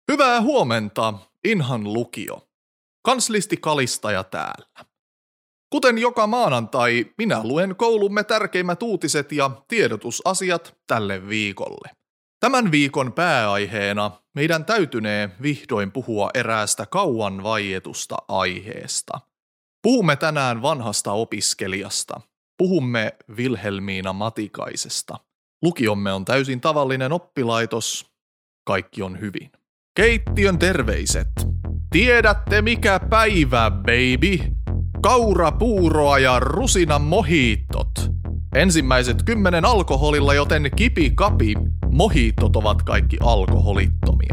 Hyvää huomenta, Inhan lukio. Kanslisti Kalistaja täällä. Kuten joka maanantai, minä luen koulumme tärkeimmät uutiset ja tiedotusasiat tälle viikolle. Tämän viikon pääaiheena meidän täytynee vihdoin puhua eräästä kauan vaietusta aiheesta. Puhumme tänään vanhasta opiskelijasta. Puhumme Vilhelmiina Matikaisesta. Lukiomme on täysin tavallinen oppilaitos. Kaikki on hyvin. Keittiön terveiset. Tiedätte mikä päivä, baby? Kaurapuuroa ja rusinan mohiittot. Ensimmäiset 10 alkoholilla, joten kipi kapi. Mohiittot ovat kaikki alkoholittomia.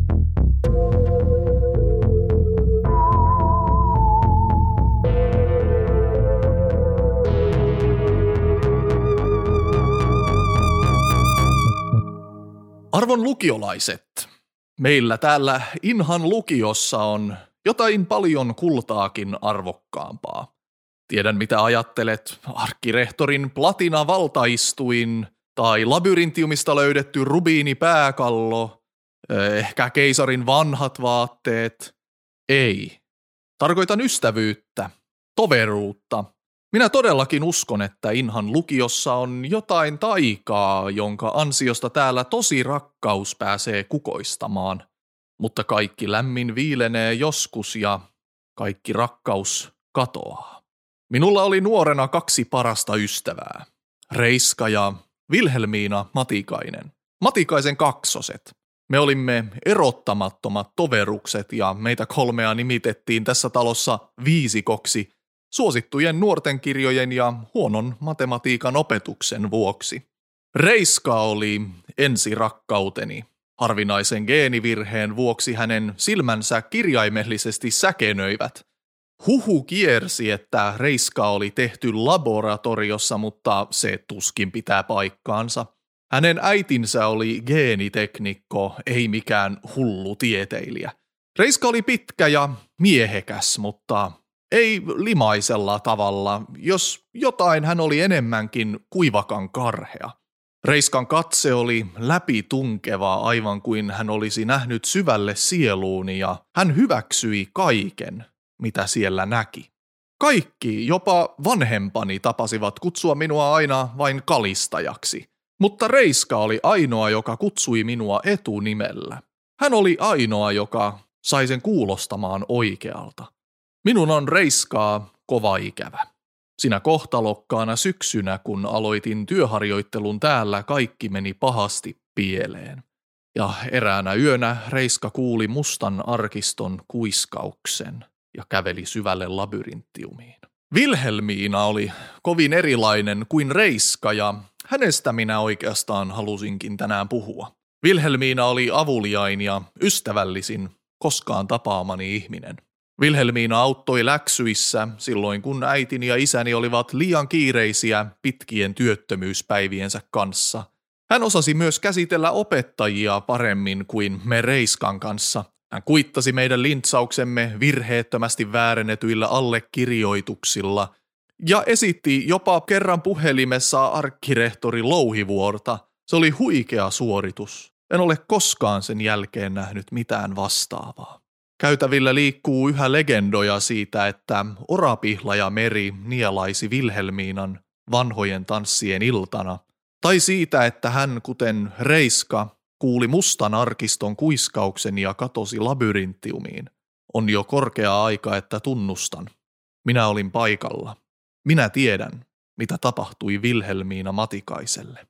Arvon lukiolaiset, meillä täällä Inhan lukiossa on jotain paljon kultaakin arvokkaampaa. Tiedän mitä ajattelet, arkkirehtorin platinavaltaistuin tai labyrintiumista löydetty rubiinipääkallo, ehkä keisarin vanhat vaatteet. Ei. Tarkoitan ystävyyttä, toveruutta. Minä todellakin uskon, että Inhan lukiossa on jotain taikaa, jonka ansiosta täällä tosi rakkaus pääsee kukoistamaan. Mutta kaikki lämmin viilenee joskus ja kaikki rakkaus katoaa. Minulla oli nuorena 2 parasta ystävää, Reiska ja Vilhelmiina Matikainen. Matikaisen kaksoset. Me olimme erottamattomat toverukset ja meitä 3 nimitettiin tässä talossa viisikoksi suosittujen nuorten kirjojen ja huonon matematiikan opetuksen vuoksi. Reiska oli ensirakkauteni. Harvinaisen geenivirheen vuoksi hänen silmänsä kirjaimellisesti säkenöivät. Huhu kiersi, että Reiska oli tehty laboratoriossa, mutta se tuskin pitää paikkaansa. Hänen äitinsä oli geeniteknikko, ei mikään hullu tieteilijä. Reiska oli pitkä ja miehekäs, mutta ei limaisella tavalla. Jos jotain, hän oli enemmänkin kuivakan karhea. Reiskan katse oli läpitunkeva, aivan kuin hän olisi nähnyt syvälle sieluuni, ja hän hyväksyi kaiken, mitä siellä näki. Kaikki, jopa vanhempani, tapasivat kutsua minua aina vain Kalistajaksi, mutta Reiska oli ainoa, joka kutsui minua etunimellä. Hän oli ainoa, joka sai sen kuulostamaan oikealta. Minun on Reiskaa kova ikävä. Sinä kohtalokkaana syksynä, kun aloitin työharjoittelun täällä, kaikki meni pahasti pieleen. Ja eräänä yönä Reiska kuuli mustan arkiston kuiskauksen ja käveli syvälle labyrinttiumiin. Vilhelmiina oli kovin erilainen kuin Reiska ja hänestä minä oikeastaan halusinkin tänään puhua. Vilhelmiina oli avuliain ja ystävällisin koskaan tapaamani ihminen. Vilhelmiina auttoi läksyissä silloin, kun äitini ja isäni olivat liian kiireisiä pitkien työttömyyspäiviensä kanssa. Hän osasi myös käsitellä opettajia paremmin kuin me Reiskan kanssa. Hän kuittasi meidän lintsauksemme virheettömästi väärennetyillä allekirjoituksilla ja esitti jopa kerran puhelimessa arkkirehtori Louhivuorta. Se oli huikea suoritus. En ole koskaan sen jälkeen nähnyt mitään vastaavaa. Käytävillä liikkuu yhä legendoja siitä, että Orapihla ja Meri nielaisi Vilhelmiinan vanhojen tanssien iltana, tai siitä, että hän, kuten Reiska, kuuli mustan arkiston kuiskauksen ja katosi labyrinttiumiin. On jo korkea aika, että tunnustan. Minä olin paikalla. Minä tiedän, mitä tapahtui Vilhelmiina Matikaiselle.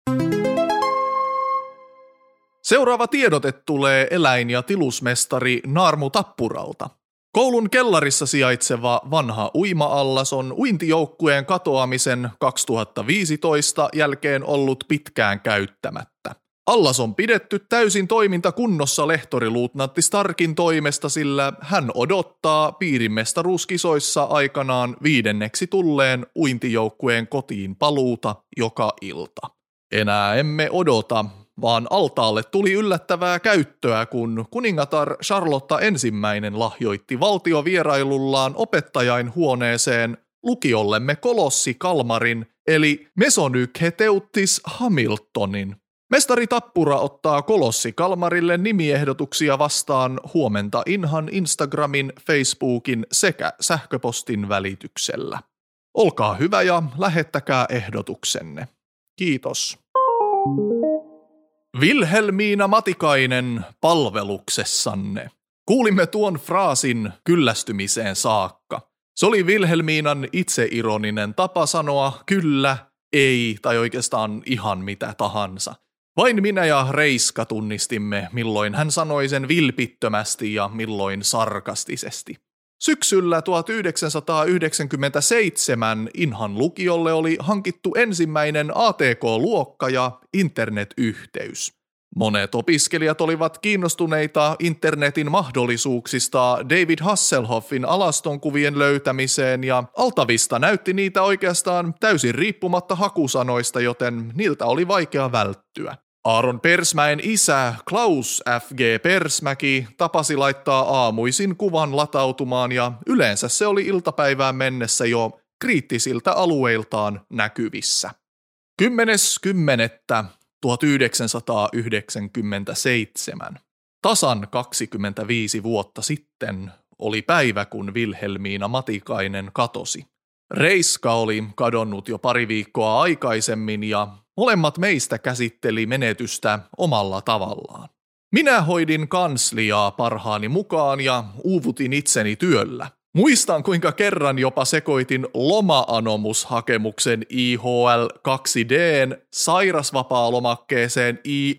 Seuraava tiedote tulee eläin- ja tilusmestari Naarmu Tappuralta. Koulun kellarissa sijaitseva vanha uima-allas on uintijoukkueen katoamisen 2015 jälkeen ollut pitkään käyttämättä. Allas on pidetty täysin toimintakunnossa lehtoriluutnantti Starkin toimesta, sillä hän odottaa piirimestaruuskisoissa aikanaan 5. tulleen uintijoukkueen kotiin paluuta joka ilta. Enää emme odota, vaan altaalle tuli yllättävää käyttöä, kun kuningatar Charlotta I lahjoitti valtiovierailullaan opettajain huoneeseen lukiollemme kolossi Kalmarin eli Mesonychheteuttis Hamiltonin. Mestari Tappura ottaa Kolossi Kalmarille nimiehdotuksia vastaan huomenta Inhan Instagramin, Facebookin sekä sähköpostin välityksellä. Olkaa hyvä ja lähettäkää ehdotuksenne. Kiitos. Vilhelmiina Matikainen palveluksessanne. Kuulimme tuon fraasin kyllästymiseen saakka. Se oli Vilhelmiinan itseironinen tapa sanoa kyllä, ei tai oikeastaan ihan mitä tahansa. Vain minä ja Reiska tunnistimme, milloin hän sanoi sen vilpittömästi ja milloin sarkastisesti. Syksyllä 1997 Inhan lukiolle oli hankittu ensimmäinen ATK-luokka ja internetyhteys. Monet opiskelijat olivat kiinnostuneita internetin mahdollisuuksista David Hasselhoffin alastonkuvien löytämiseen ja Altavista näytti niitä oikeastaan täysin riippumatta hakusanoista, joten niiltä oli vaikea välttyä. Aaron Persmäen isä Klaus F.G. Persmäki tapasi laittaa aamuisin kuvan latautumaan ja yleensä se oli iltapäivään mennessä jo kriittisiltä alueiltaan näkyvissä. 10.10.1997. Tasan 25 vuotta sitten oli päivä, kun Vilhelmiina Matikainen katosi. Reiska oli kadonnut jo pari viikkoa aikaisemmin ja molemmat meistä käsitteli menetystä omalla tavallaan. Minä hoidin kansliaa parhaani mukaan ja uuvutin itseni työllä. Muistan, kuinka kerran jopa sekoitin loma-anomushakemuksen IHL2D:n sairasvapaa-lomakkeeseen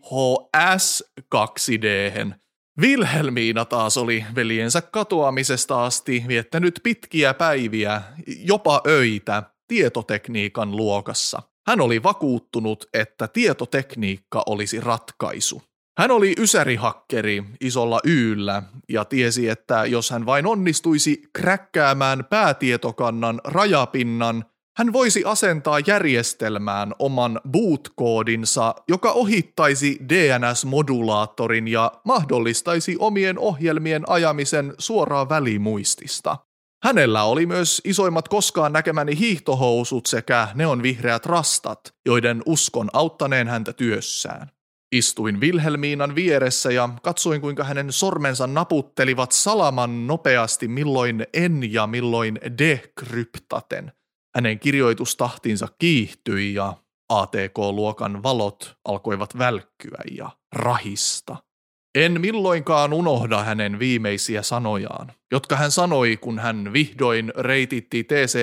IHS2D:hen. Vilhelmiina taas oli veljensä katoamisesta asti viettänyt pitkiä päiviä, jopa öitä, tietotekniikan luokassa. Hän oli vakuuttunut, että tietotekniikka olisi ratkaisu. Hän oli ysärihakkeri isolla Y:llä ja tiesi, että jos hän vain onnistuisi kräkkäämään päätietokannan rajapinnan, hän voisi asentaa järjestelmään oman boot-koodinsa, joka ohittaisi DNS-modulaattorin ja mahdollistaisi omien ohjelmien ajamisen suoraan välimuistista. Hänellä oli myös isoimmat koskaan näkemäni hiihtohousut sekä neonvihreät rastat, joiden uskon auttaneen häntä työssään. Istuin Vilhelmiinan vieressä ja katsoin, kuinka hänen sormensa naputtelivat salaman nopeasti milloin en ja milloin dekryptaten. Hänen kirjoitustahtinsa kiihtyi ja ATK-luokan valot alkoivat välkkyä ja rahista. En milloinkaan unohda hänen viimeisiä sanojaan, jotka hän sanoi, kun hän vihdoin reititti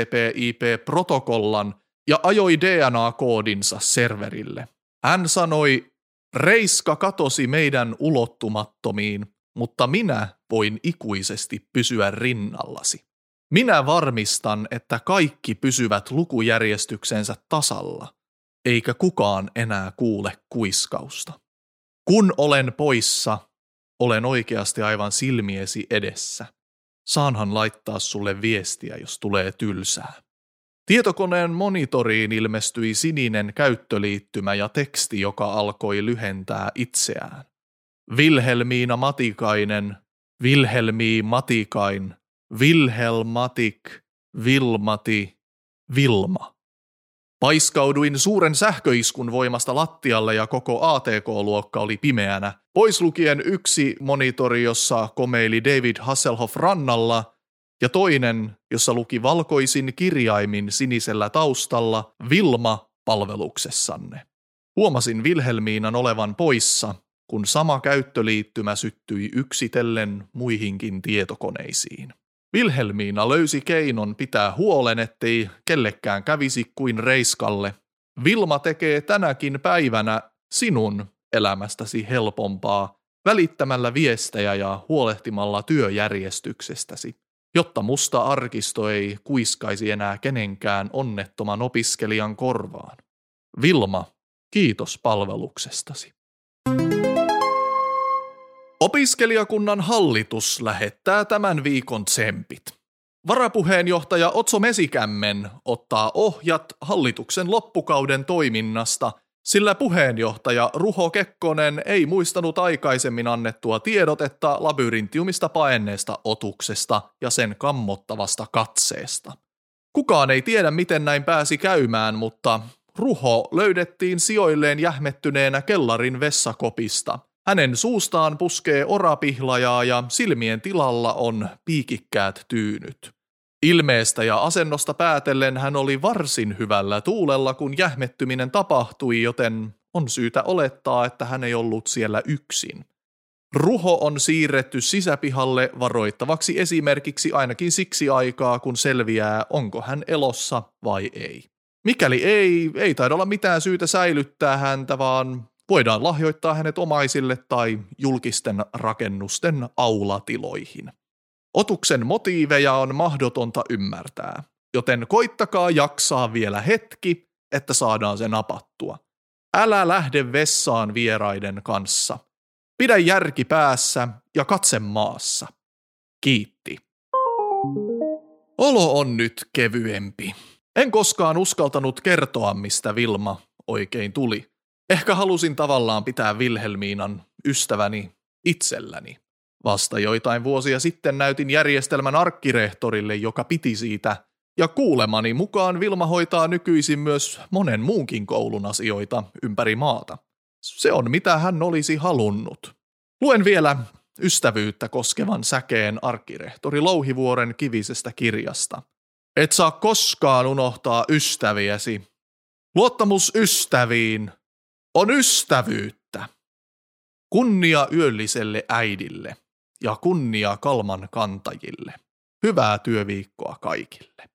TCP/IP-protokollan ja ajoi DNA-koodinsa serverille. Hän sanoi, Reiska katosi meidän ulottumattomiin, mutta minä voin ikuisesti pysyä rinnallasi. Minä varmistan, että kaikki pysyvät lukujärjestyksensä tasalla, eikä kukaan enää kuule kuiskausta. Kun olen poissa, olen oikeasti aivan silmiesi edessä. Saanhan laittaa sulle viestiä, jos tulee tylsää. Tietokoneen monitoriin ilmestyi sininen käyttöliittymä ja teksti, joka alkoi lyhentää itseään. Vilhelmiina Matikainen, Vilhelmi Matikain, Vilhelmatik, Vilmati, Vilma. Paiskauduin suuren sähköiskun voimasta lattialle ja koko ATK-luokka oli pimeänä, pois lukien yksi monitori, jossa komeili David Hasselhoff rannalla, ja toinen, jossa luki valkoisin kirjaimin sinisellä taustalla Vilma palveluksessanne. Huomasin Vilhelmiinan olevan poissa, kun sama käyttöliittymä syttyi yksitellen muihinkin tietokoneisiin. Vilhelmiina löysi keinon pitää huolen, ettei kellekään kävisi kuin Reiskalle. Vilma tekee tänäkin päivänä sinun elämästäsi helpompaa välittämällä viestejä ja huolehtimalla työjärjestyksestäsi, jotta musta arkisto ei kuiskaisi enää kenenkään onnettoman opiskelijan korvaan. Vilma, kiitos palveluksestasi. Opiskelijakunnan hallitus lähettää tämän viikon tsempit. Varapuheenjohtaja Otso Mesikämmen ottaa ohjat hallituksen loppukauden toiminnasta, sillä puheenjohtaja Ruho Kekkonen ei muistanut aikaisemmin annettua tiedotetta labyrintiumista paenneesta otuksesta ja sen kammottavasta katseesta. Kukaan ei tiedä, miten näin pääsi käymään, mutta Ruho löydettiin sijoilleen jähmettyneenä kellarin vessakopista. Hänen suustaan puskee orapihlajaa ja silmien tilalla on piikikkäät tyynyt. Ilmeestä ja asennosta päätellen hän oli varsin hyvällä tuulella, kun jähmettyminen tapahtui, joten on syytä olettaa, että hän ei ollut siellä yksin. Ruho on siirretty sisäpihalle varoittavaksi esimerkiksi ainakin siksi aikaa, kun selviää, onko hän elossa vai ei. Mikäli ei taida olla mitään syytä säilyttää häntä, vaan voidaan lahjoittaa hänet omaisille tai julkisten rakennusten aulatiloihin. Otuksen motiiveja on mahdotonta ymmärtää, joten koittakaa jaksaa vielä hetki, että saadaan se napattua. Älä lähde vessaan vieraiden kanssa. Pidä järki päässä ja katse maassa. Kiitti. Olo on nyt kevyempi. En koskaan uskaltanut kertoa, mistä Vilma oikein tuli. Ehkä halusin tavallaan pitää Vilhelmiinan ystäväni itselläni. Vasta joitain vuosia sitten näytin järjestelmän arkkirehtorille, joka piti siitä, ja kuulemani mukaan Vilma hoitaa nykyisin myös monen muunkin koulun asioita ympäri maata. Se on mitä hän olisi halunnut. Luen vielä ystävyyttä koskevan säkeen arkkirehtori Louhivuoren kivisestä kirjasta. Et saa koskaan unohtaa ystäviäsi. Luottamus ystäviin on ystävyyttä. Kunnia yölliselle äidille ja kunnia Kalman kantajille. Hyvää työviikkoa kaikille.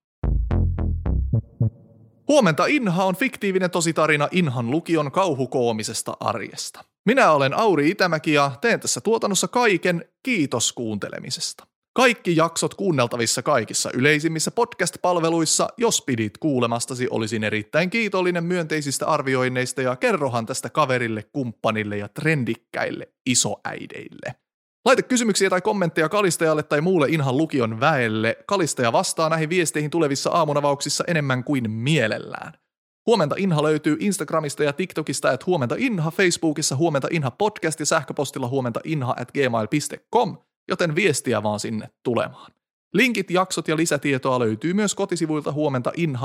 Huomenta Inha on fiktiivinen tositarina Inhan lukion kauhukoomisesta arjesta. Minä olen Auri Itämäki ja teen tässä tuotannossa kaiken, kiitos kuuntelemisesta. Kaikki jaksot kuunneltavissa kaikissa yleisimmissä podcast-palveluissa. Jos pidit kuulemastasi, olisin erittäin kiitollinen myönteisistä arvioinneista ja kerrohan tästä kaverille, kumppanille ja trendikkäille isoäideille. Laita kysymyksiä tai kommentteja Kalistajalle tai muulle Inhan lukion väelle. Kalistaja vastaa näihin viesteihin tulevissa aamunavauksissa enemmän kuin mielellään. Huomenta Inha löytyy Instagramista ja TikTokista @huomenta Inha, Facebookissa Huomenta Inha podcast ja sähköpostilla huomentainha@gmail.com, joten viestiä vaan sinne tulemaan. Linkit, jaksot ja lisätietoa löytyy myös kotisivuilta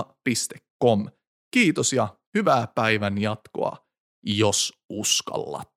huomentainha.com. Kiitos ja hyvää päivän jatkoa, jos uskallat.